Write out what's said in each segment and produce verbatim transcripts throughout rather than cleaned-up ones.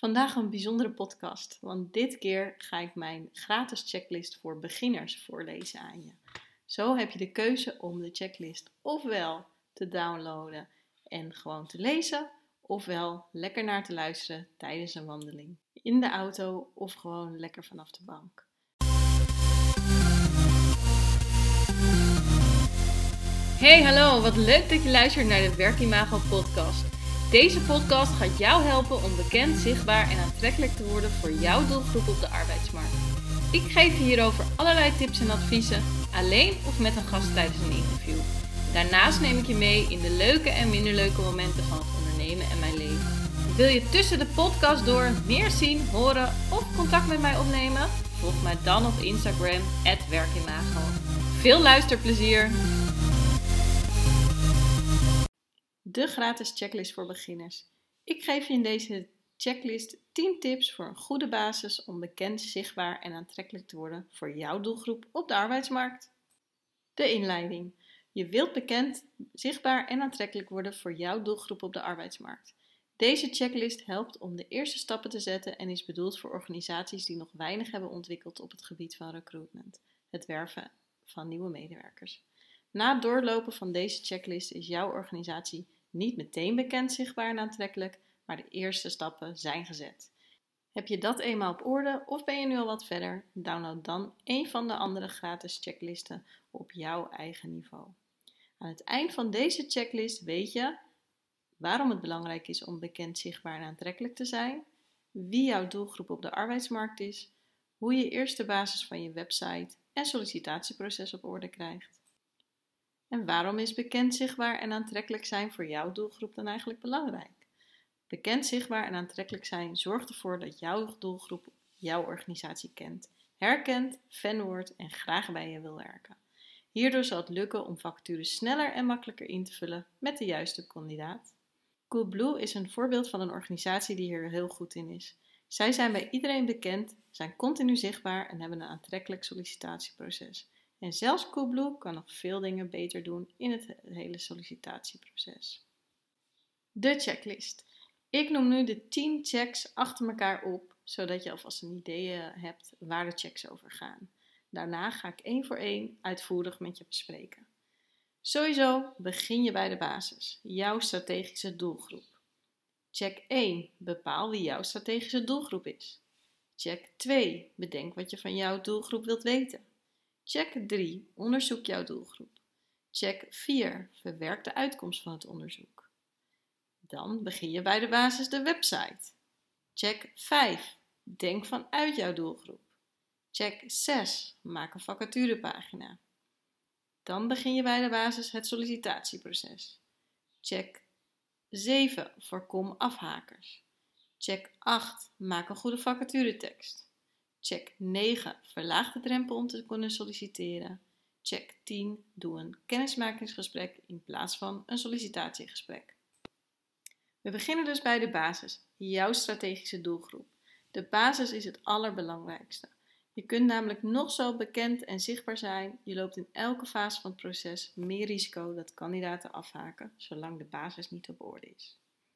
Vandaag een bijzondere podcast, want dit keer ga ik mijn gratis checklist voor beginners voorlezen aan je. Zo heb je de keuze om de checklist ofwel te downloaden en gewoon te lezen, ofwel lekker naar te luisteren tijdens een wandeling. In de auto of gewoon lekker vanaf de bank. Hey, hallo, wat leuk dat je luistert naar de Werkimago podcast. Deze podcast gaat jou helpen om bekend, zichtbaar en aantrekkelijk te worden voor jouw doelgroep op de arbeidsmarkt. Ik geef je hierover allerlei tips en adviezen, alleen of met een gast tijdens een interview. Daarnaast neem ik je mee in de leuke en minder leuke momenten van het ondernemen en mijn leven. Wil je tussen de podcast door meer zien, horen of contact met mij opnemen? Volg mij dan op Instagram at werkimago. Veel luisterplezier! De gratis checklist voor beginners. Ik geef je in deze checklist tien tips voor een goede basis om bekend, zichtbaar en aantrekkelijk te worden voor jouw doelgroep op de arbeidsmarkt. De inleiding. Je wilt bekend, zichtbaar en aantrekkelijk worden voor jouw doelgroep op de arbeidsmarkt. Deze checklist helpt om de eerste stappen te zetten en is bedoeld voor organisaties die nog weinig hebben ontwikkeld op het gebied van recruitment, het werven van nieuwe medewerkers. Na het doorlopen van deze checklist is jouw organisatie niet meteen bekend, zichtbaar en aantrekkelijk, maar de eerste stappen zijn gezet. Heb je dat eenmaal op orde of ben je nu al wat verder? Download dan een van de andere gratis checklisten op jouw eigen niveau. Aan het eind van deze checklist weet je waarom het belangrijk is om bekend, zichtbaar en aantrekkelijk te zijn, wie jouw doelgroep op de arbeidsmarkt is, hoe je eerst de basis van je website en sollicitatieproces op orde krijgt. En waarom is bekend, zichtbaar en aantrekkelijk zijn voor jouw doelgroep dan eigenlijk belangrijk? Bekend, zichtbaar en aantrekkelijk zijn zorgt ervoor dat jouw doelgroep jouw organisatie kent, herkent, fan wordt en graag bij je wil werken. Hierdoor zal het lukken om vacatures sneller en makkelijker in te vullen met de juiste kandidaat. Coolblue is een voorbeeld van een organisatie die hier heel goed in is. Zij zijn bij iedereen bekend, zijn continu zichtbaar en hebben een aantrekkelijk sollicitatieproces. En zelfs Coolblue kan nog veel dingen beter doen in het hele sollicitatieproces. De checklist. Ik noem nu de tien checks achter elkaar op, zodat je alvast een idee hebt waar de checks over gaan. Daarna ga ik één voor één uitvoerig met je bespreken. Sowieso begin je bij de basis, jouw strategische doelgroep. Check één. Bepaal wie jouw strategische doelgroep is. Check twee. Bedenk wat je van jouw doelgroep wilt weten. Check drie. Onderzoek jouw doelgroep. Check vier. Verwerk de uitkomst van het onderzoek. Dan begin je bij de basis, de website. Check vijf. Denk vanuit jouw doelgroep. Check zes. Maak een vacaturepagina. Dan begin je bij de basis, het sollicitatieproces. Check zeven. Voorkom afhakers. Check acht. Maak een goede vacaturetekst. Check negen. Verlaag de drempel om te kunnen solliciteren. Check tien. Doe een kennismakingsgesprek in plaats van een sollicitatiegesprek. We beginnen dus bij de basis, jouw strategische doelgroep. De basis is het allerbelangrijkste. Je kunt namelijk nog zo bekend en zichtbaar zijn, je loopt in elke fase van het proces meer risico dat kandidaten afhaken, zolang de basis niet op orde is.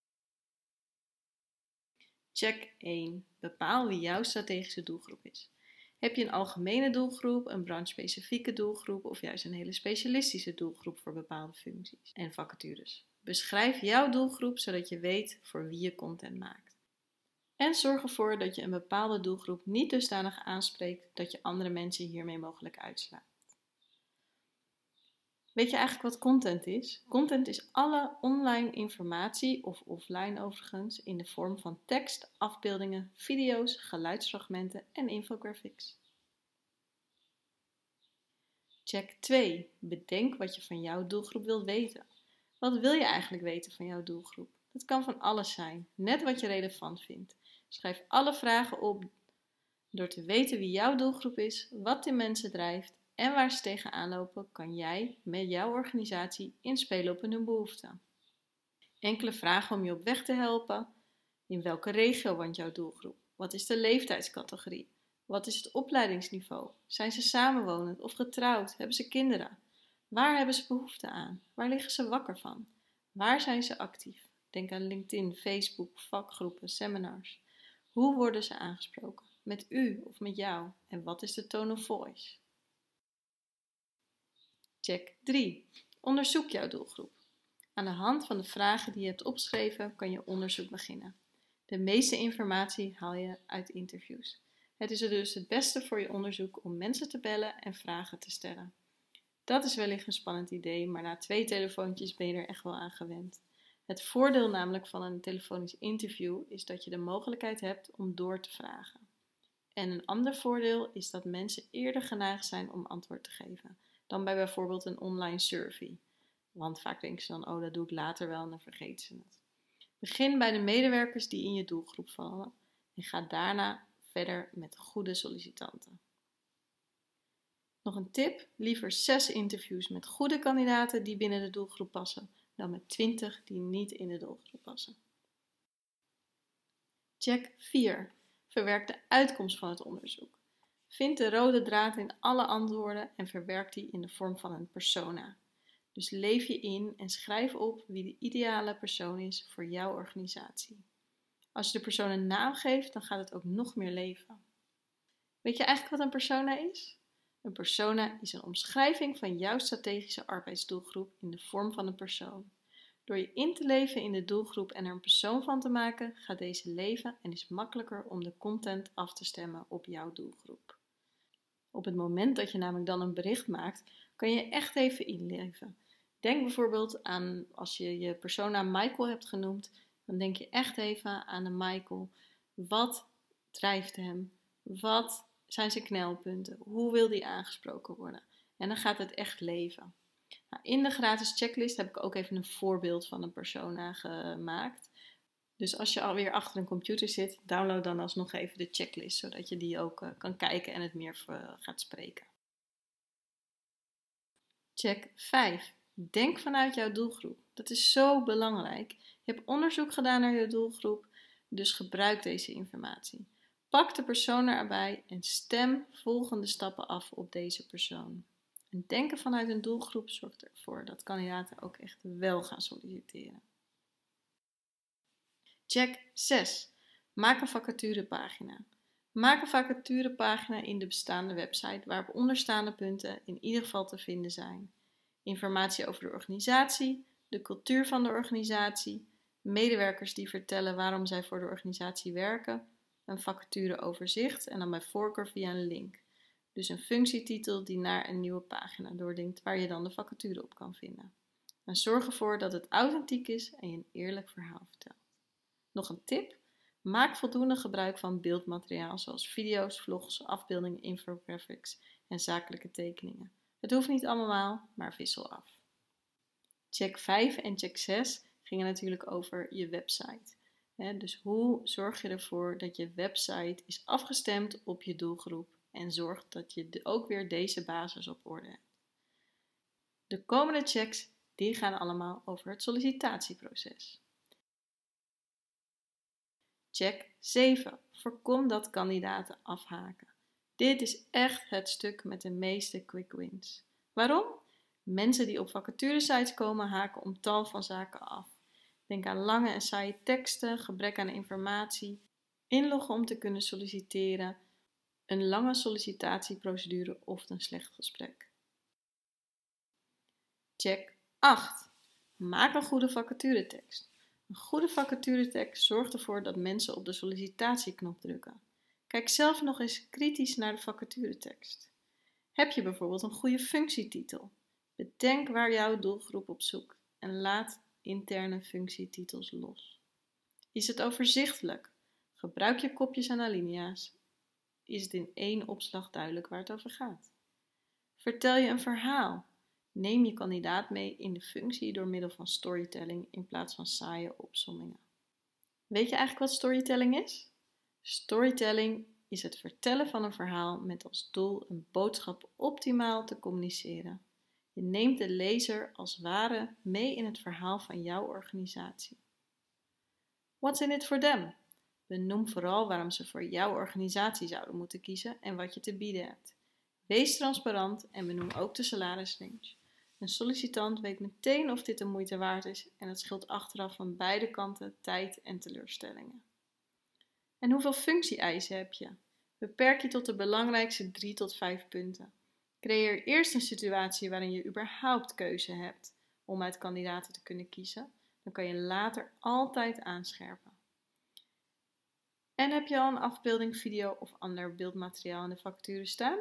Check één. Bepaal wie jouw strategische doelgroep is. Heb je een algemene doelgroep, een branchespecifieke doelgroep of juist een hele specialistische doelgroep voor bepaalde functies en vacatures? Beschrijf jouw doelgroep zodat je weet voor wie je content maakt. En zorg ervoor dat je een bepaalde doelgroep niet dusdanig aanspreekt dat je andere mensen hiermee mogelijk uitslaat. Weet je eigenlijk wat content is? Content is alle online informatie, of offline overigens, in de vorm van tekst, afbeeldingen, video's, geluidsfragmenten en infographics. Check twee. Bedenk wat je van jouw doelgroep wilt weten. Wat wil je eigenlijk weten van jouw doelgroep? Dat kan van alles zijn, net wat je relevant vindt. Schrijf alle vragen op door te weten wie jouw doelgroep is, wat de mensen drijft en waar ze tegenaan lopen, kan jij met jouw organisatie inspelen op hun behoeften. Enkele vragen om je op weg te helpen. In welke regio woont jouw doelgroep? Wat is de leeftijdscategorie? Wat is het opleidingsniveau? Zijn ze samenwonend of getrouwd? Hebben ze kinderen? Waar hebben ze behoefte aan? Waar liggen ze wakker van? Waar zijn ze actief? Denk aan LinkedIn, Facebook, vakgroepen, seminars. Hoe worden ze aangesproken? Met u of met jou? En wat is de tone of voice? Check drie. Onderzoek jouw doelgroep. Aan de hand van de vragen die je hebt opgeschreven kan je onderzoek beginnen. De meeste informatie haal je uit interviews. Het is dus het beste voor je onderzoek om mensen te bellen en vragen te stellen. Dat is wellicht een spannend idee, maar na twee telefoontjes ben je er echt wel aan gewend. Het voordeel namelijk van een telefonisch interview is dat je de mogelijkheid hebt om door te vragen. En een ander voordeel is dat mensen eerder geneigd zijn om antwoord te geven dan bij bijvoorbeeld een online survey. Want vaak denken ze dan, oh dat doe ik later wel en dan vergeten ze het. Begin bij de medewerkers die in je doelgroep vallen en ga daarna verder met goede sollicitanten. Nog een tip, liever zes interviews met goede kandidaten die binnen de doelgroep passen, dan met twintig die niet in de doelgroep passen. Check vier. Verwerk de uitkomst van het onderzoek. Vind de rode draad in alle antwoorden en verwerk die in de vorm van een persona. Dus leef je in en schrijf op wie de ideale persoon is voor jouw organisatie. Als je de persoon een naam geeft, dan gaat het ook nog meer leven. Weet je eigenlijk wat een persona is? Een persona is een omschrijving van jouw strategische arbeidsdoelgroep in de vorm van een persoon. Door je in te leven in de doelgroep en er een persoon van te maken, gaat deze leven en is makkelijker om de content af te stemmen op jouw doelgroep. Op het moment dat je namelijk dan een bericht maakt, kan je echt even inleven. Denk bijvoorbeeld aan, als je je persona Michael hebt genoemd, dan denk je echt even aan de Michael. Wat drijft hem? Wat zijn zijn knelpunten? Hoe wil die aangesproken worden? En dan gaat het echt leven. Nou, in de gratis checklist heb ik ook even een voorbeeld van een persona gemaakt. Dus als je alweer achter een computer zit, download dan alsnog even de checklist, zodat je die ook uh, kan kijken en het meer uh, gaat spreken. Check vijf. Denk vanuit jouw doelgroep. Dat is zo belangrijk. Je hebt onderzoek gedaan naar je doelgroep, dus gebruik deze informatie. Pak de persoon erbij en stem volgende stappen af op deze persoon. En denken vanuit een doelgroep zorgt ervoor dat kandidaten ook echt wel gaan solliciteren. Check zes. Maak een vacaturepagina. Maak een vacaturepagina in de bestaande website waarop onderstaande punten in ieder geval te vinden zijn. Informatie over de organisatie, de cultuur van de organisatie, medewerkers die vertellen waarom zij voor de organisatie werken, een vacatureoverzicht en dan bij voorkeur via een link. Dus een functietitel die naar een nieuwe pagina doorlinkt waar je dan de vacature op kan vinden. En zorg ervoor dat het authentiek is en je een eerlijk verhaal vertelt. Nog een tip, maak voldoende gebruik van beeldmateriaal zoals video's, vlogs, afbeeldingen, infographics en zakelijke tekeningen. Het hoeft niet allemaal, maar wissel af. Check vijf en check zes gingen natuurlijk over je website. Dus hoe zorg je ervoor dat je website is afgestemd op je doelgroep en zorgt dat je ook weer deze basis op orde hebt. De komende checks die gaan allemaal over het sollicitatieproces. Check zeven. Voorkom dat kandidaten afhaken. Dit is echt het stuk met de meeste quick wins. Waarom? Mensen die op vacaturesites komen haken om tal van zaken af. Denk aan lange en saaie teksten, gebrek aan informatie, inloggen om te kunnen solliciteren, een lange sollicitatieprocedure of een slecht gesprek. Check acht. Maak een goede vacaturetekst. Een goede vacaturetekst zorgt ervoor dat mensen op de sollicitatieknop drukken. Kijk zelf nog eens kritisch naar de vacaturetekst. Heb je bijvoorbeeld een goede functietitel? Bedenk waar jouw doelgroep op zoekt en laat interne functietitels los. Is het overzichtelijk? Gebruik je kopjes en alinea's. Is het in één opslag duidelijk waar het over gaat? Vertel je een verhaal? Neem je kandidaat mee in de functie door middel van storytelling in plaats van saaie opsommingen. Weet je eigenlijk wat storytelling is? Storytelling is het vertellen van een verhaal met als doel een boodschap optimaal te communiceren. Je neemt de lezer als ware mee in het verhaal van jouw organisatie. What's in it for them? Benoem vooral waarom ze voor jouw organisatie zouden moeten kiezen en wat je te bieden hebt. Wees transparant en benoem ook de salarisrange. Een sollicitant weet meteen of dit de moeite waard is en het scheelt achteraf van beide kanten tijd en teleurstellingen. En hoeveel functie-eisen heb je? Beperk je tot de belangrijkste drie tot vijf punten. Creëer eerst een situatie waarin je überhaupt keuze hebt om uit kandidaten te kunnen kiezen. Dan kan je later altijd aanscherpen. En heb je al een afbeelding, video of ander beeldmateriaal in de vacature staan?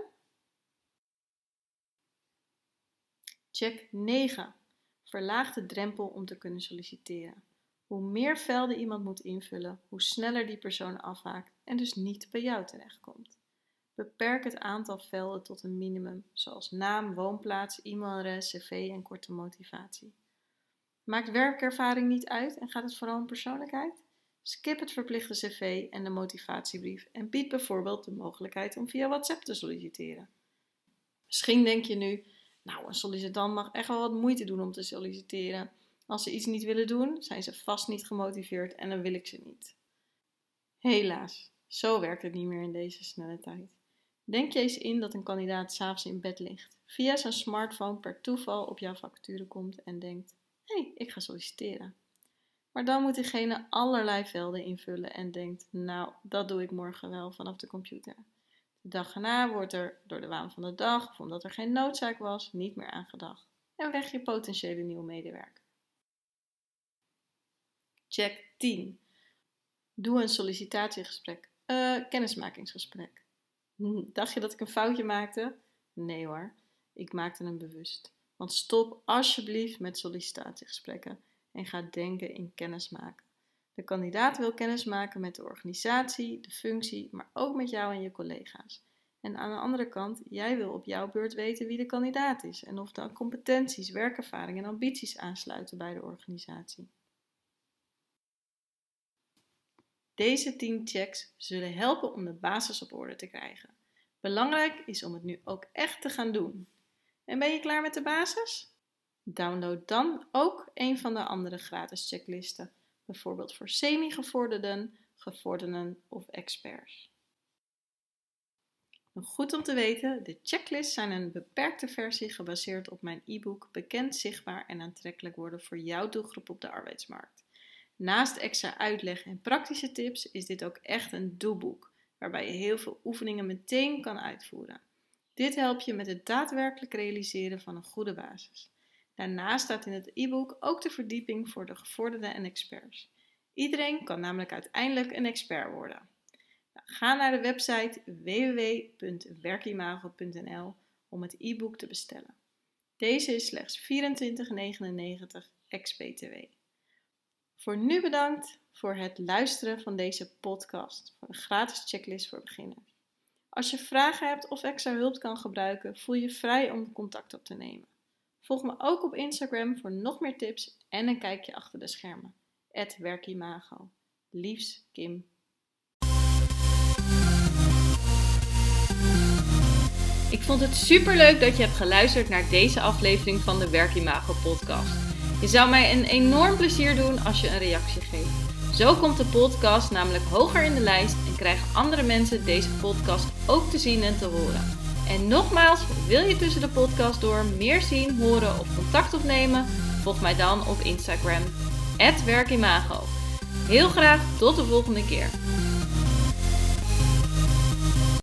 Check negen. Verlaag de drempel om te kunnen solliciteren. Hoe meer velden iemand moet invullen, hoe sneller die persoon afhaakt en dus niet bij jou terechtkomt. Beperk het aantal velden tot een minimum, zoals naam, woonplaats, e-mailadres, cv en korte motivatie. Maakt werkervaring niet uit en gaat het vooral om persoonlijkheid? Skip het verplichte cv en de motivatiebrief en bied bijvoorbeeld de mogelijkheid om via WhatsApp te solliciteren. Misschien denk je nu, nou, een sollicitant mag echt wel wat moeite doen om te solliciteren. Als ze iets niet willen doen, zijn ze vast niet gemotiveerd en dan wil ik ze niet. Helaas, zo werkt het niet meer in deze snelle tijd. Denk je eens in dat een kandidaat 's avonds in bed ligt, via zijn smartphone per toeval op jouw vacature komt en denkt, hé, hey, ik ga solliciteren. Maar dan moet diegene allerlei velden invullen en denkt, nou, dat doe ik morgen wel vanaf de computer. De dag erna wordt er door de waan van de dag of omdat er geen noodzaak was, niet meer aan gedacht. En weg je potentiële nieuwe medewerker. Check tien. Doe een sollicitatiegesprek. Uh, kennismakingsgesprek. Hm, dacht je dat ik een foutje maakte? Nee hoor, ik maakte hem bewust. Want stop alsjeblieft met sollicitatiegesprekken en ga denken in kennismaken. De kandidaat wil kennismaken met de organisatie, de functie, maar ook met jou en je collega's. En aan de andere kant, jij wil op jouw beurt weten wie de kandidaat is en of de competenties, werkervaring en ambities aansluiten bij de organisatie. Deze tien checks zullen helpen om de basis op orde te krijgen. Belangrijk is om het nu ook echt te gaan doen. En ben je klaar met de basis? Download dan ook een van de andere gratis checklisten, bijvoorbeeld voor semi-gevorderden, gevorderden of experts. Nog goed om te weten, de checklists zijn een beperkte versie gebaseerd op mijn e-book Bekend, zichtbaar en aantrekkelijk worden voor jouw doelgroep op de arbeidsmarkt. Naast extra uitleg en praktische tips is dit ook echt een doelboek, waarbij je heel veel oefeningen meteen kan uitvoeren. Dit helpt je met het daadwerkelijk realiseren van een goede basis. Daarnaast staat in het e-book ook de verdieping voor de gevorderden en experts. Iedereen kan namelijk uiteindelijk een expert worden. Nou, ga naar de website w w w punt werkimago punt n l om het e-book te bestellen. Deze is slechts vierentwintig negenennegentig ex B T W. Voor nu bedankt voor het luisteren van deze podcast voor een gratis checklist voor beginners. Als je vragen hebt of extra hulp kan gebruiken, voel je vrij om contact op te nemen. Volg me ook op Instagram voor nog meer tips en een kijkje achter de schermen. at werkimago. Liefs, Kim. Ik vond het superleuk dat je hebt geluisterd naar deze aflevering van de Werkimago podcast. Je zou mij een enorm plezier doen als je een reactie geeft. Zo komt de podcast namelijk hoger in de lijst en krijgen andere mensen deze podcast ook te zien en te horen. En nogmaals, wil je tussen de podcast door meer zien, horen of contact opnemen? Volg mij dan op Instagram, at werkimago. Heel graag tot de volgende keer.